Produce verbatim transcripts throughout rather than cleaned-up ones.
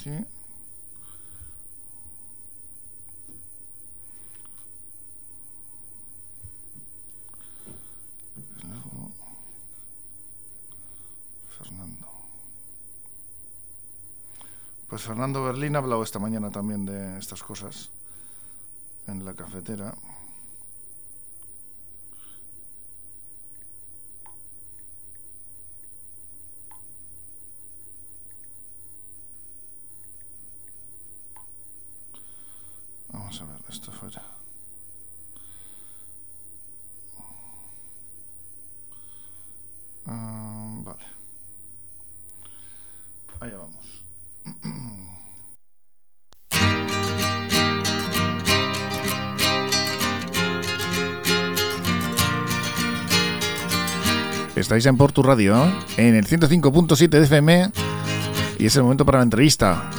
aquí. Y luego Fernando. Pues Fernando Berlín ha hablado esta mañana también de estas cosas en la cafetera. Vamos a ver, esto fuera. Uh, vale. Allá vamos. Estáis en Portu Radio, ¿eh? En el ciento cinco punto siete de F M, y es el momento para la entrevista.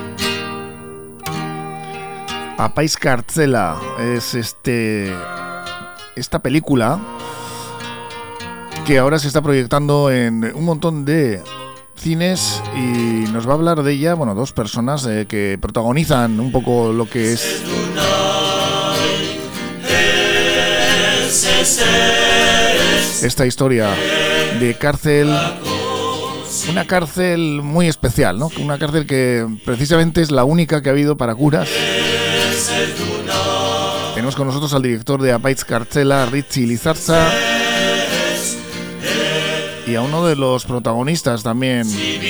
Apaiz Kartzela es este esta película que ahora se está proyectando en un montón de cines y nos va a hablar de ella, bueno, dos personas eh, que protagonizan un poco lo que es esta historia de cárcel, una cárcel muy especial, ¿no? Una cárcel que precisamente es la única que ha habido para curas. Tenemos con nosotros al director de Apaiz Kartzela, Ritzi Lizarza, y a uno de los protagonistas también,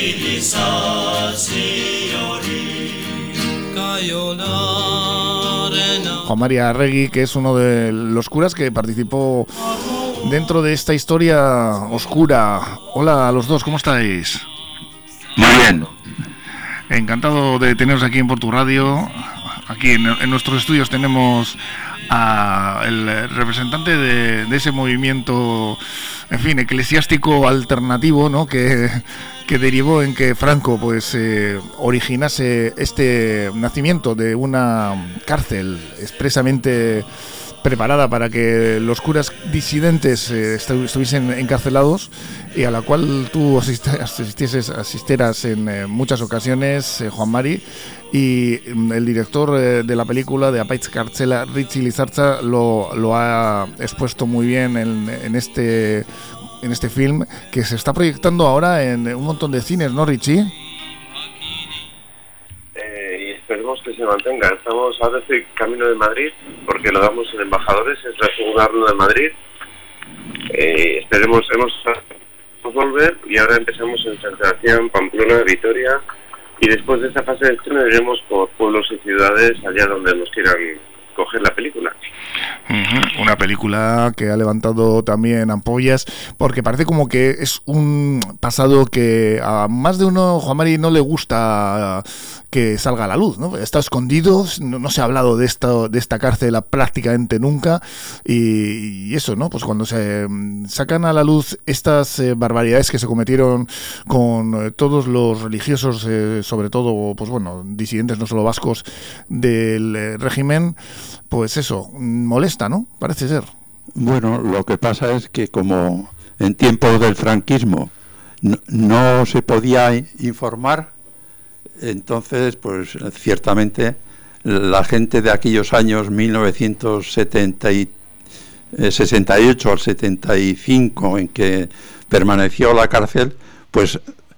Juan María Arregui, que es uno de los curas que participó dentro de esta historia oscura. Hola a los dos, ¿cómo estáis? Muy bien. Encantado de teneros aquí en Portu Radio. Aquí en, en nuestros estudios tenemos al representante de, de ese movimiento, en fin, eclesiástico alternativo, ¿no? Que, que derivó en que Franco pues eh, originase este nacimiento de una cárcel expresamente preparada para que los curas disidentes eh, estuviesen encarcelados, y a la cual tú asistieses, asistieras en eh, muchas ocasiones, eh, Juan Mari, y el director eh, de la película de Apaiz Kartzela, Ritzi Lizarza, lo, lo ha expuesto muy bien en, en este en este film que se está proyectando ahora en un montón de cines, ¿no, Richie? Esperemos que se mantenga. Estamos ahora estoy camino de Madrid porque lo damos en Embajadores, es la segunda ronda de Madrid. Eh, esperemos, hemos volver y ahora empezamos en San Sebastián, Pamplona, Vitoria, y después de esta fase de estreno iremos por pueblos y ciudades allá donde nos quieran coger la película. Uh-huh. Una película que ha levantado también ampollas, porque parece como que es un pasado que a más de uno, Juan Mari, no le gusta que salga a la luz, ¿no? Está escondido, no, no se ha hablado de esta, de esta cárcel prácticamente nunca, y, y eso, ¿no? Pues cuando se sacan a la luz estas eh, barbaridades que se cometieron con eh, todos los religiosos, eh, sobre todo, pues bueno, disidentes, no solo vascos, del eh, régimen, pues eso, molesta, ¿no? Parece ser. Bueno, lo que pasa es que como en tiempos del franquismo no, no se podía informar, entonces, pues ciertamente la gente de aquellos años mil novecientos setenta y, eh, sesenta y ocho al setenta y cinco, en que permaneció la cárcel, pues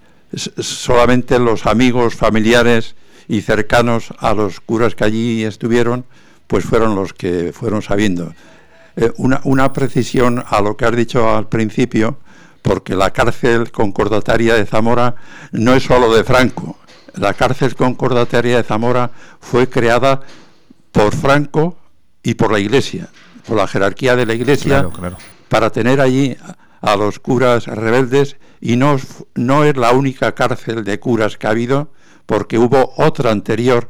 solamente los amigos, familiares y cercanos a los curas que allí estuvieron, pues fueron los que fueron sabiendo. Eh, una, una precisión a lo que has dicho al principio, porque la cárcel concordataria de Zamora no es solo de Franco. La cárcel concordataria de Zamora fue creada por Franco y por la Iglesia, por la jerarquía de la Iglesia, claro, claro, para tener allí a los curas rebeldes, y no, no es la única cárcel de curas que ha habido, porque hubo otra anterior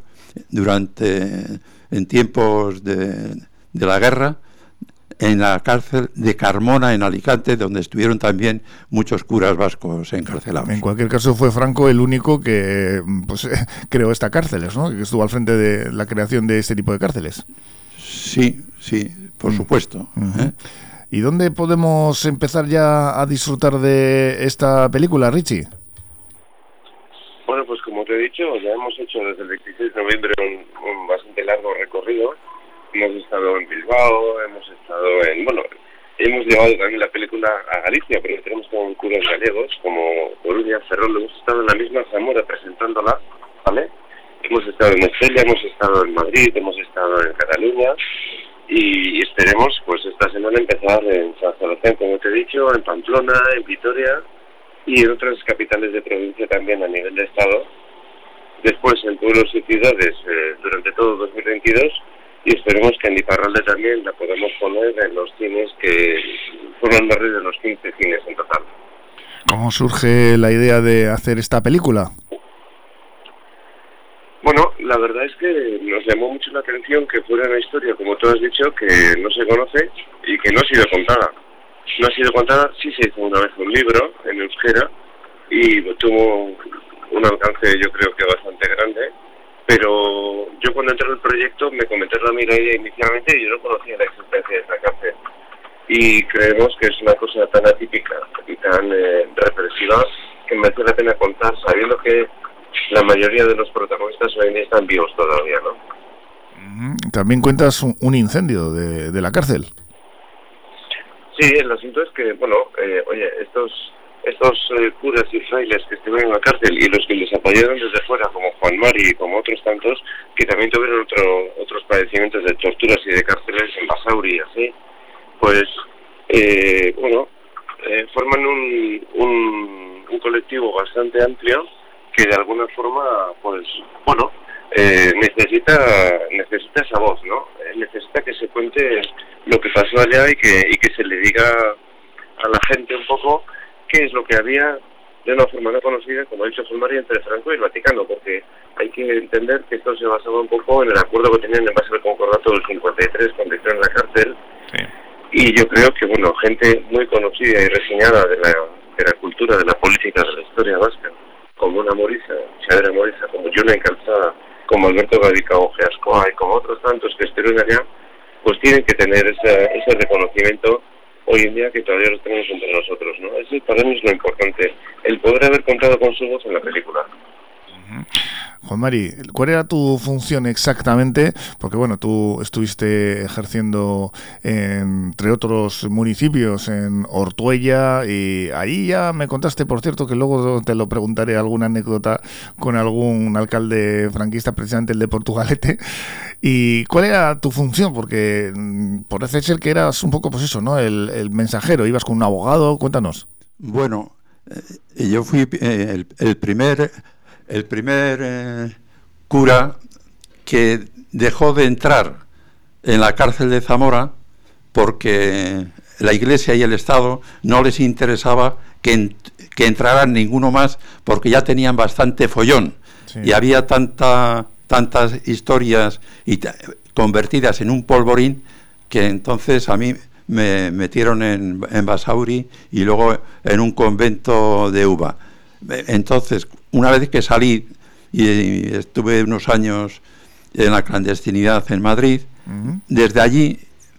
durante en tiempos de, de la guerra, en la cárcel de Carmona, en Alicante, donde estuvieron también muchos curas vascos encarcelados. En cualquier caso, fue Franco el único que pues, creó estas cárceles, ¿no? Que estuvo al frente de la creación de este tipo de cárceles. Sí, sí, por mm. supuesto. Uh-huh. ¿eh? ¿Y dónde podemos empezar ya a disfrutar de esta película, Richie? Bueno, pues como como te he dicho, ya hemos hecho desde el veintiséis de noviembre un, un bastante largo recorrido. Hemos estado en Bilbao, hemos estado en... Bueno, hemos llevado también la película a Galicia, porque tenemos también curas gallegos, como Coruña, Ferrol. Hemos estado en la misma Zamora presentándola, ¿vale? Hemos estado en Estella, hemos estado en Madrid, hemos estado en Cataluña, y esperemos, pues, esta semana empezar en San Sebastián, como te he dicho, en Pamplona, en Vitoria, y en otras capitales de provincia también a nivel de estado, después en pueblos y ciudades eh, durante todo dos mil veintidós, y esperemos que en Iparralde también la podamos poner en los cines que forman más de los quince cines en total. ¿Cómo surge la idea de hacer esta película? Bueno, la verdad es que nos llamó mucho la atención que fuera una historia, como tú has dicho, que no se conoce y que no ha sido contada. No ha sido contada, sí se hizo una vez un libro en euskera y tuvo un alcance, yo creo que bastante grande, pero yo cuando entré en el proyecto me comenté la amiga ella inicialmente y yo no conocía la existencia de esta cárcel. Y creemos que es una cosa tan atípica y tan eh, represiva que merece la pena contar, sabiendo que la mayoría de los protagonistas hoy en día están vivos todavía, ¿no? También cuentas un, un incendio de, de la cárcel. Sí, el asunto es que, bueno, eh, oye, estos estos eh, curas y frailes que estuvieron en la cárcel y los que les apoyaron desde fuera, como Juan Mari y como otros tantos, que también tuvieron otro, otros padecimientos de torturas y de cárceles en Basauri y así, pues, eh, bueno, eh, forman un, un, un colectivo bastante amplio que de alguna forma, pues, bueno, eh, necesita necesita esa voz, ¿no? Eh, necesita que se cuente lo que pasó allá y que y que se le diga a la gente un poco qué es lo que había de una forma no conocida, como ha dicho Juan María, entre Franco y el Vaticano, porque hay que entender que esto se basaba un poco en el acuerdo que tenían en base al concordato del cincuenta y tres cuando hicieron la cárcel. Sí. Y yo creo que, bueno, gente muy conocida y reseñada de la, de la cultura, de la política, de la historia vasca, como una Morisa, Xavier Morisa, como Julen Calzada, como Alberto Gavica Ojeascoa y como otros tantos que estuvieron allá, pues tienen que tener ese, ese reconocimiento hoy en día que todavía los tenemos entre nosotros, ¿no? Eso para mí es lo importante, el poder haber contado con su voz en la película. Uh-huh. Juan Mari, ¿cuál era tu función exactamente? Porque bueno, tú estuviste ejerciendo en, entre otros municipios en Ortuella y ahí ya me contaste, por cierto, que luego te lo preguntaré, alguna anécdota con algún alcalde franquista, precisamente el de Portugalete. ¿Y cuál era tu función? Porque parece ser que eras un poco, pues eso, ¿no? El, el mensajero, ibas con un abogado, cuéntanos. Bueno, eh, yo fui eh, el, el primer... El primer eh, cura que dejó de entrar en la cárcel de Zamora porque la Iglesia y el Estado no les interesaba que, en, que entraran ninguno más porque ya tenían bastante follón. Sí. Y había tanta, tantas historias y t- convertidas en un polvorín que entonces a mí me metieron en, en Basauri y luego en un convento de Uva. Entonces, una vez que salí y estuve unos años en la clandestinidad en Madrid, uh-huh. desde allí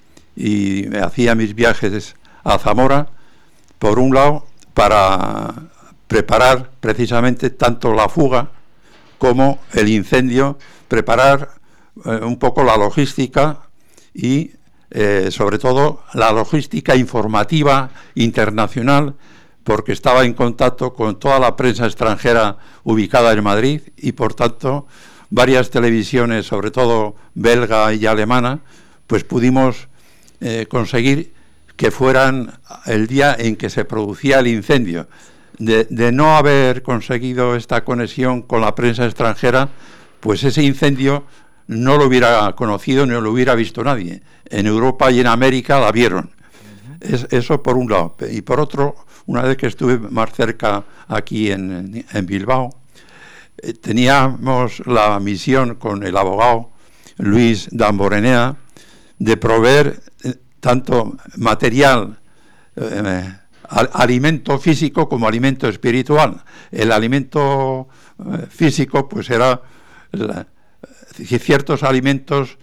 y me hacía mis viajes a Zamora, por un lado, para preparar precisamente tanto la fuga como el incendio, preparar eh, un poco la logística y, eh, sobre todo, la logística informativa internacional, porque estaba en contacto con toda la prensa extranjera ubicada en Madrid y, por tanto, varias televisiones, sobre todo belga y alemana, pues pudimos eh, conseguir que fueran el día en que se producía el incendio. De, de no haber conseguido esta conexión con la prensa extranjera, pues ese incendio no lo hubiera conocido ni lo hubiera visto nadie. En Europa y en América la vieron. Es, eso por un lado. Y por otro, una vez que estuve más cerca aquí en, en Bilbao, eh, teníamos la misión con el abogado Luis Damborenea de proveer eh, tanto material, eh, al, alimento físico como alimento espiritual. El alimento eh, físico pues era la, ciertos alimentos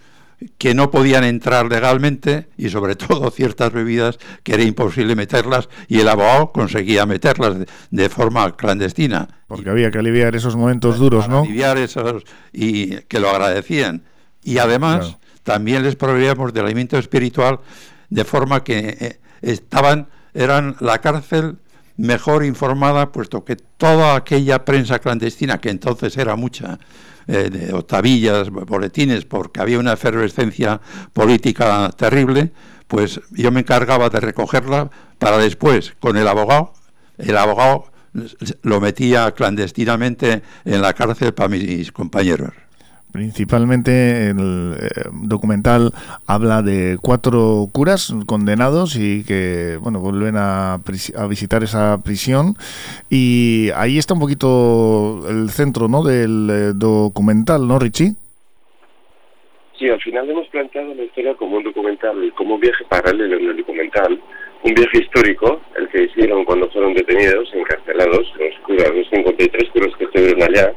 que no podían entrar legalmente y sobre todo ciertas bebidas que era imposible meterlas y el abogado conseguía meterlas de, de forma clandestina. Porque había que aliviar esos momentos duros, ¿no? Aliviar esos y que lo agradecían. Y además claro. también les proveíamos del alimento espiritual de forma que eh, estaban, eran la cárcel mejor informada, puesto que toda aquella prensa clandestina, que entonces era mucha, eh, de octavillas, boletines, porque había una efervescencia política terrible, pues yo me encargaba de recogerla para después, con el abogado, el abogado lo metía clandestinamente en la cárcel para mis compañeros. Principalmente el eh, documental habla de cuatro curas condenados y que bueno vuelven a, a visitar esa prisión, y ahí está un poquito el centro, ¿no?, del eh, documental, ¿no, Richie? Sí, al final hemos planteado la historia como un documental, como un viaje paralelo en el documental, un viaje histórico, el que hicieron cuando fueron detenidos, encarcelados, los curas, los cincuenta y tres curas que estuvieron allá.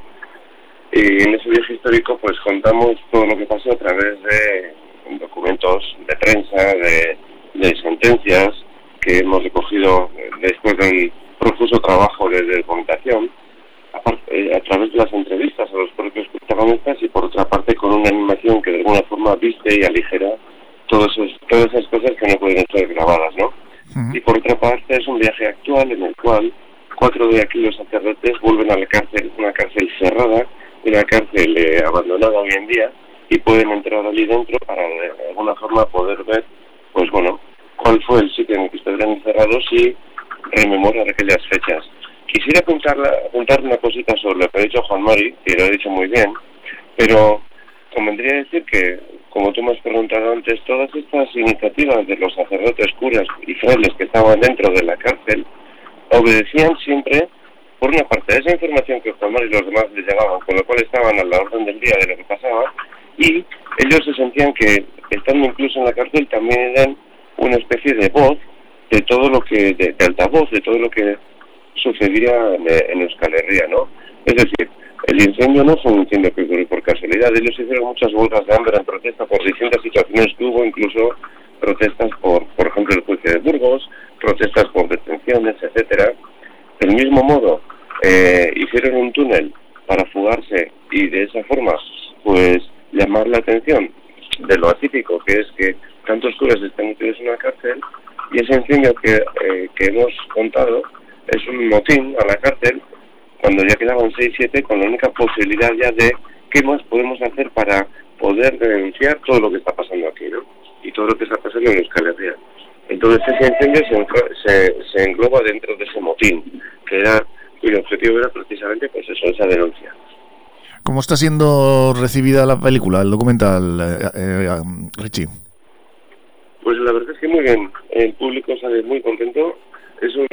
Y en ese viaje histórico pues contamos todo lo que pasó a través de documentos de prensa, de, de sentencias que hemos recogido después de un profuso trabajo de, de documentación, a, a través de las entrevistas a los propios protagonistas, y por otra parte con una animación que de alguna forma viste y aligera todos esos, todas esas cosas que no pueden ser grabadas, ¿no? Uh-huh. Y por otra parte es un viaje actual en el cual cuatro de aquí los sacerdotes vuelven a la cárcel, una cárcel cerrada, una cárcel eh, abandonada hoy en día, y pueden entrar allí dentro para de alguna forma poder ver, pues bueno, cuál fue el sitio en el que estuvieron encerrados y rememorar aquellas fechas. Quisiera apuntar, apuntar una cosita sobre lo que ha dicho Juan Mari, que lo ha dicho muy bien, pero convendría decir que, como tú me has preguntado antes, todas estas iniciativas de los sacerdotes, curas y frailes que estaban dentro de la cárcel obedecían siempre, por una parte, a esa información que Juan Mari y los demás les llegaban, con lo cual estaban a la orden del día de lo que pasaba, y ellos se sentían que, estando incluso en la cárcel, también eran una especie de voz de todo lo que, de, de altavoz, de todo lo que sucedía en, en Euskal Herria, ¿no? Es decir, el incendio no fue un incendio que ocurrió por casualidad, ellos hicieron muchas huelgas de hambre en protesta por distintas situaciones que hubo, incluso protestas por, por ejemplo, el juicio de Burgos, protestas por detenciones, etcétera. Del mismo modo, eh, hicieron un túnel para fugarse y de esa forma, pues, llamar la atención de lo atípico que es que tantos curas están metidos en una cárcel, y ese incendio que, eh, que hemos contado es un motín a la cárcel cuando ya quedaban seis siete, con la única posibilidad ya de qué más podemos hacer para poder denunciar todo lo que está pasando aquí, ¿no? Y todo lo que está pasando en Euskal Herria. Entonces ese incendio se, se, se engloba dentro de ese motín, que era, cuyo objetivo era precisamente pues eso, esa denuncia. ¿Cómo está siendo recibida la película, el documental, eh, eh, Richie? Pues la verdad es que muy bien, el público sale muy contento, es un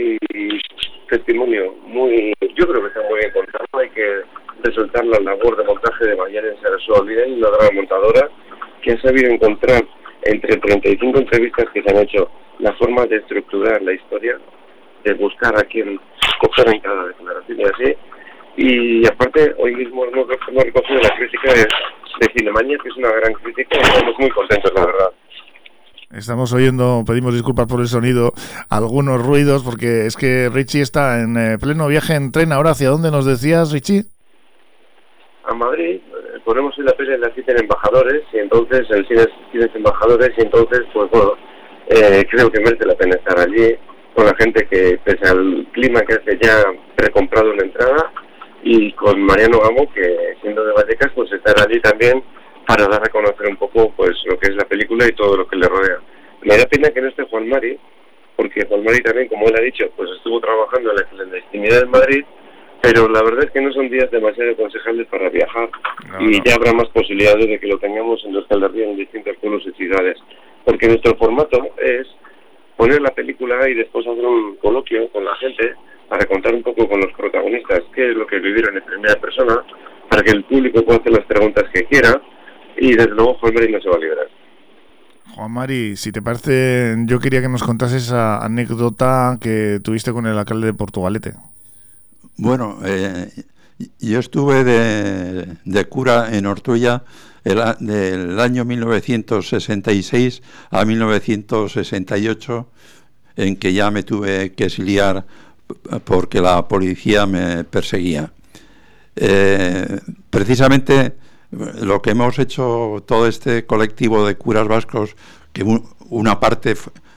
testimonio muy, yo creo que está muy bien contado, hay que resaltar la labor de montaje de Maialen Sarasua-Olviden, una gran montadora que ha sabido encontrar entre treinta y cinco entrevistas que se han hecho la forma de estructurar la historia, de buscar a quien coger en cada declaración y así. Y aparte, hoy mismo hemos recogido la crítica de, de Cinemania, que es una gran crítica, y estamos muy contentos, la verdad. Estamos oyendo, pedimos disculpas por el sonido, algunos ruidos, porque es que Richie está en eh, pleno viaje en tren. Ahora, ¿hacia dónde nos decías, Richie? A Madrid. Eh, ponemos en la peli en la cita en Embajadores, y entonces el cine es Embajadores, y entonces, pues bueno, eh, creo que merece la pena estar allí con la gente que, pese al clima que hace, ya precomprado una entrada, y con Mariano Gamo, que siendo de Vallecas, pues estar allí también para dar a conocer un poco pues lo que es la película y todo lo que le rodea. Me da pena que no esté Juan Mari, porque Juan Mari también, como él ha dicho, pues estuvo trabajando en la clandestinidad de Madrid, pero la verdad es que no son días demasiado aconsejables para viajar, no, y no. Ya habrá más posibilidades de que lo tengamos en Euskal Herria, en distintos pueblos y ciudades, porque nuestro formato es poner la película y después hacer un coloquio con la gente para contar un poco con los protagonistas qué es lo que vivieron en primera persona, para que el público pueda hacer las preguntas que quiera, y desde luego Juan Mari no se va a liberar. Juan Mari, si te parece, yo quería que nos contases esa anécdota que tuviste con el alcalde de Portugalete. Bueno, eh, Yo estuve de, de cura en Ortuella el, del año mil novecientos sesenta y seis a mil novecientos sesenta y ocho, en que ya me tuve que exiliar porque la policía me perseguía. Eh, precisamente lo que hemos hecho todo este colectivo de curas vascos, que un, una parte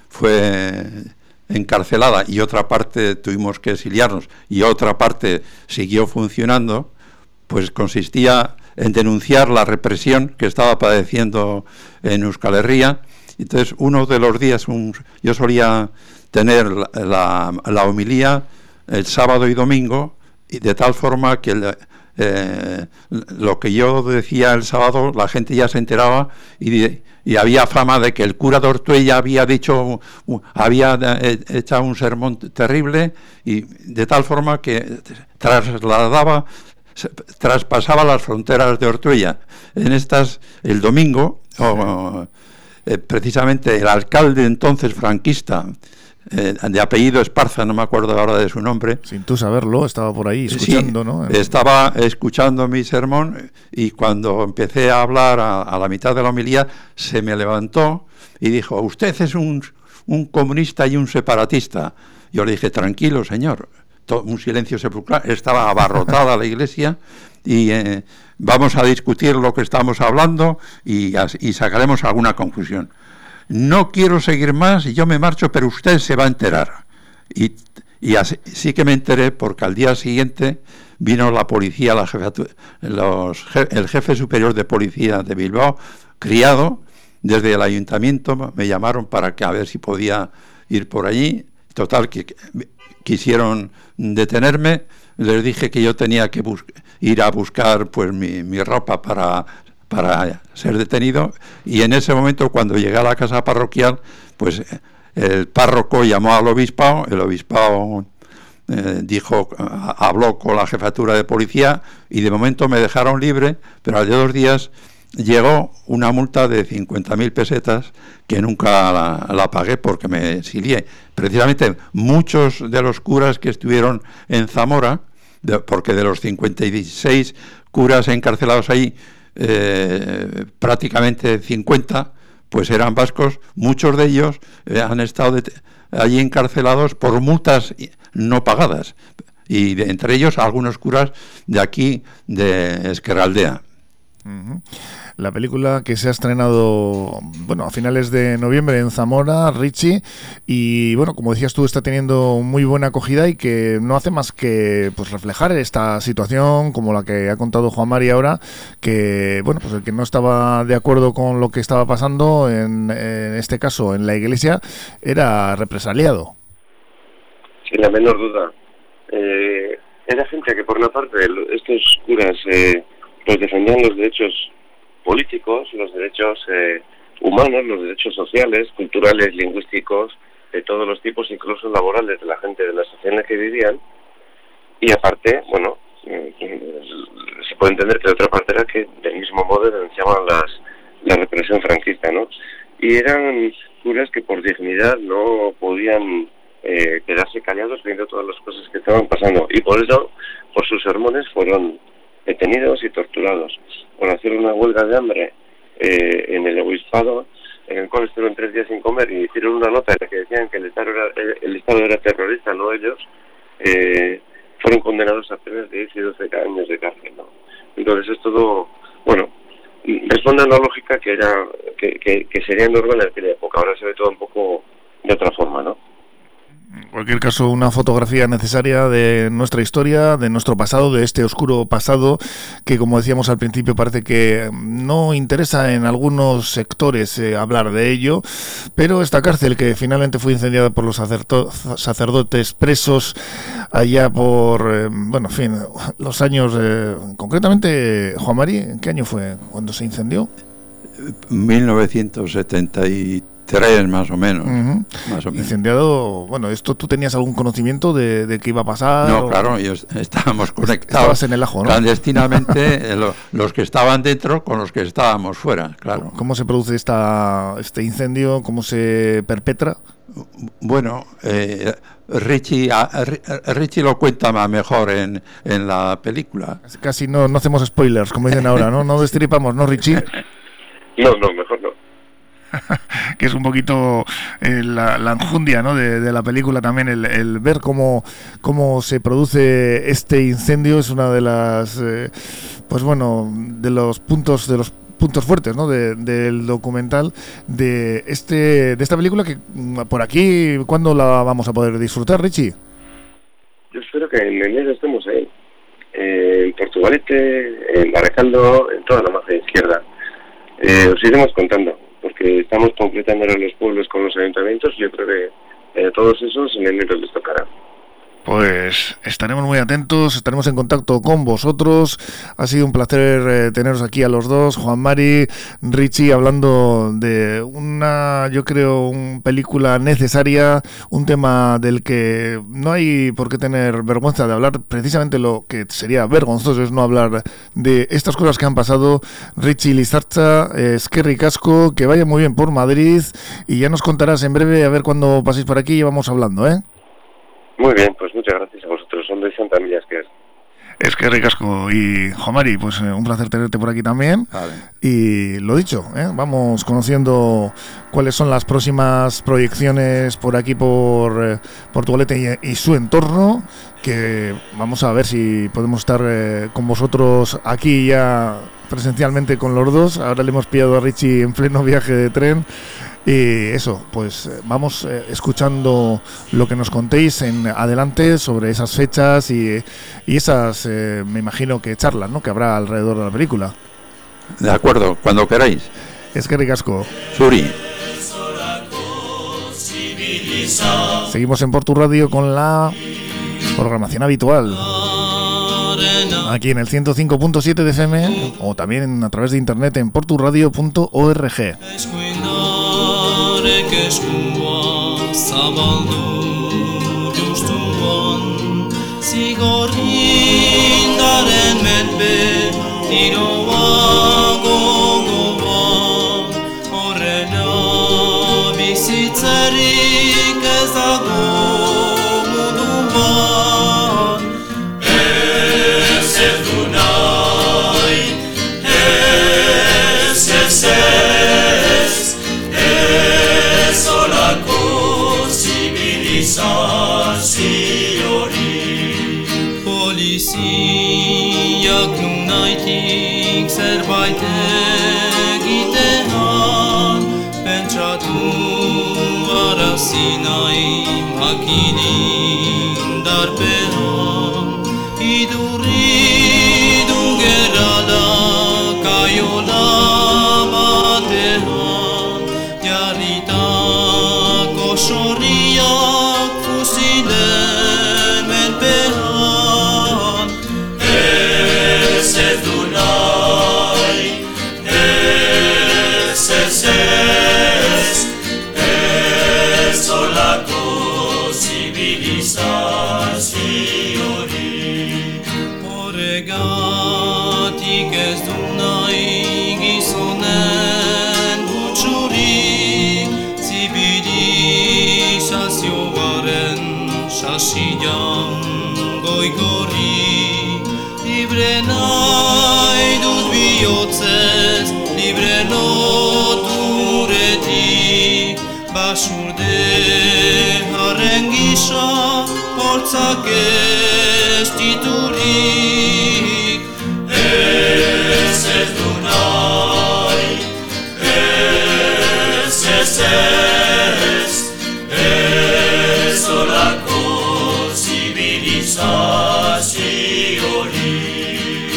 fue encarcelada y otra parte tuvimos que exiliarnos y otra parte siguió funcionando, pues consistía en denunciar la represión que estaba padeciendo en Euskal Herria. Entonces, uno de los días, un, yo solía tener la, la, la homilía el sábado y domingo, y de tal forma que el, eh, lo que yo decía el sábado, la gente ya se enteraba y, y había fama de que el cura de Ortuella había dicho, había echado un sermón terrible, y de tal forma que trasladaba, traspasaba las fronteras de Ortuella. En estas, el domingo, oh, eh, precisamente el alcalde entonces franquista, Eh, de apellido Esparza, no me acuerdo ahora de su nombre. Sin tú saberlo, estaba por ahí escuchando, sí, ¿no? Estaba escuchando mi sermón, y cuando empecé a hablar a, a la mitad de la homilía, se me levantó y dijo: usted es un, un comunista y un separatista. Yo le dije: tranquilo, señor. Todo, un silencio sepulcral. Estaba abarrotada la iglesia y eh, vamos a discutir lo que estamos hablando y, y sacaremos alguna conclusión. No quiero seguir más y yo me marcho, pero usted se va a enterar. Y, y así sí que me enteré, porque al día siguiente vino la policía, la jefatura, los, el jefe superior de policía de Bilbao, criado desde el ayuntamiento, me llamaron para que a ver si podía ir por allí. Total, que quisieron detenerme. Les dije que yo tenía que ir a buscar pues mi, mi ropa para... para ser detenido, y en ese momento, cuando llegué a la casa parroquial, pues el párroco llamó al obispado, el obispado eh, dijo, habló con la jefatura de policía y de momento me dejaron libre, pero al de dos días llegó una multa de cincuenta mil pesetas que nunca la, la pagué porque me exilié. Precisamente muchos de los curas que estuvieron en Zamora, de, porque de los cincuenta y seis curas encarcelados ahí, Eh, prácticamente cincuenta pues eran vascos. Muchos de ellos eh, han estado allí encarcelados por multas no pagadas, y de, entre ellos algunos curas de aquí de Ezkerraldea. Uh-huh. La película que se ha estrenado, bueno, a finales de noviembre en Zamora, Richie, y bueno, como decías tú, está teniendo muy buena acogida y que no hace más que pues reflejar esta situación como la que ha contado Juan Mari ahora, que bueno, pues el que no estaba de acuerdo con lo que estaba pasando en, en este caso en la iglesia era represaliado. Sin la menor duda. Eh, era gente que por una parte estos curas eh, pues defendían los derechos políticos, los derechos eh, humanos, los derechos sociales, culturales, lingüísticos, de todos los tipos, incluso laborales, de la gente de la sociedad en la que vivían. Y aparte, bueno, eh, se puede entender que de otra parte era que del mismo modo denunciaban las, la represión franquista, ¿no? Y eran curas que por dignidad no podían eh, quedarse callados viendo todas las cosas que estaban pasando, y por eso, por sus sermones, fueron detenidos y torturados por hacer una huelga de hambre eh, en el obispado, en el cual estuvieron tres días sin comer, y hicieron una nota en la que decían que el Estado era, el Estado era terrorista, no ellos. Eh, fueron condenados a penas de diez y doce años de cárcel, ¿no? Entonces es todo, bueno, responde a una lógica que era que, que, que sería normal en aquella época. Ahora se ve todo un poco de otra forma, ¿no? En cualquier caso, una fotografía necesaria de nuestra historia, de nuestro pasado, de este oscuro pasado que, como decíamos al principio, parece que no interesa en algunos sectores eh, hablar de ello, pero esta cárcel que finalmente fue incendiada por los sacerdo- sacerdotes presos allá por, eh, bueno, en fin, los años, eh, concretamente, Juan Mari, ¿en qué año fue cuando se incendió? mil novecientos setenta y tres más o menos, Uh-huh. más o menos. Incendiado, bueno, ¿esto tú tenías algún conocimiento de, de qué iba a pasar? No, o... claro, ellos estábamos conectados. Estabas en el ajo, ¿no? Clandestinamente, eh, lo, los que estaban dentro con los que estábamos fuera, claro. ¿Cómo se produce esta, este incendio? ¿Cómo se perpetra? Bueno, eh, Richie, a, a, Richie lo cuenta más mejor en, en la película. Casi no, no hacemos spoilers, como dicen ahora, ¿no? No destripamos, ¿no, Richie? No, no, mejor no. Que es un poquito eh, la, la enjundia, ¿no? de, de la película también, el, el ver cómo, cómo se produce este incendio es una de las, eh, pues bueno, de los puntos, de los puntos fuertes, ¿no? de, del documental de este de esta película que por aquí, ¿cuándo la vamos a poder disfrutar, Richie? Yo espero que en enero estemos ahí, eh, en Portugalete, en Baracaldo, en toda la margen izquierda. Eh, os iremos contando, porque estamos concretando en los pueblos con los ayuntamientos. Yo creo que eh, todos esos en enero les tocará. Pues estaremos muy atentos, estaremos en contacto con vosotros. Ha sido un placer eh, teneros aquí a los dos, Juan Mari, Richie, hablando de una, yo creo, una película necesaria, un tema del que no hay por qué tener vergüenza de hablar. Precisamente lo que sería vergonzoso es no hablar de estas cosas que han pasado. Richie Lizarza, eh, eskerrik asko, que vaya muy bien por Madrid y ya nos contarás en breve a ver cuándo paséis por aquí y vamos hablando, ¿eh? Muy bien, pues muchas gracias a vosotros. Son de Santa Millas que es. Es que ricasco. Y Jomari, pues eh, un placer tenerte por aquí también. Vale. Y lo dicho, ¿eh? Vamos conociendo cuáles son las próximas proyecciones por aquí, por eh, Portugalete y, y su entorno, que vamos a ver si podemos estar eh, con vosotros aquí ya presencialmente con los dos. Ahora le hemos pillado a Richie en pleno viaje de tren. Y eso, pues vamos eh, escuchando lo que nos contéis en adelante sobre esas fechas y, y esas, eh, me imagino que charlas, ¿no?, que habrá alrededor de la película. De acuerdo, cuando queráis. Es que ricasco. Suri. Seguimos en Portu Radio con la programación habitual. Aquí en el ciento cinco punto siete de F M o también a través de internet en porturadio punto org. Eskua zabaldu justuan zigorrindaren menpe tiroa gogoan horrela bizitzerik ez dago munduan ez ez du nahi ez ez ez Poliziak nunaitik zerbait egitean pentsatu arazi nahi makinin darpean idurridun gerala kaiola batean jarritako sorriak fusilen menpean ez ez du nahi ez ez ez ez olako zibilizaziorik horregatik ez du nahi gizonen gutxurik zibilizazioaren sasian goigorri libre nahi dut bihotzez libre loturetik basurde harren gisa hortzak ez diturik ez ez du nahi ez ez ez ez olako zibilizaziorik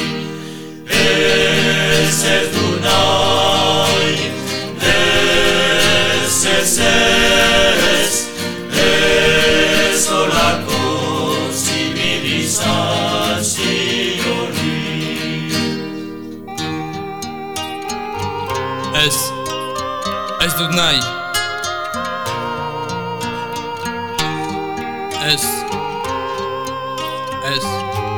ez ez du nahi ez ez ez ez olako zibilizaziorik ez ez dut nahi ez ez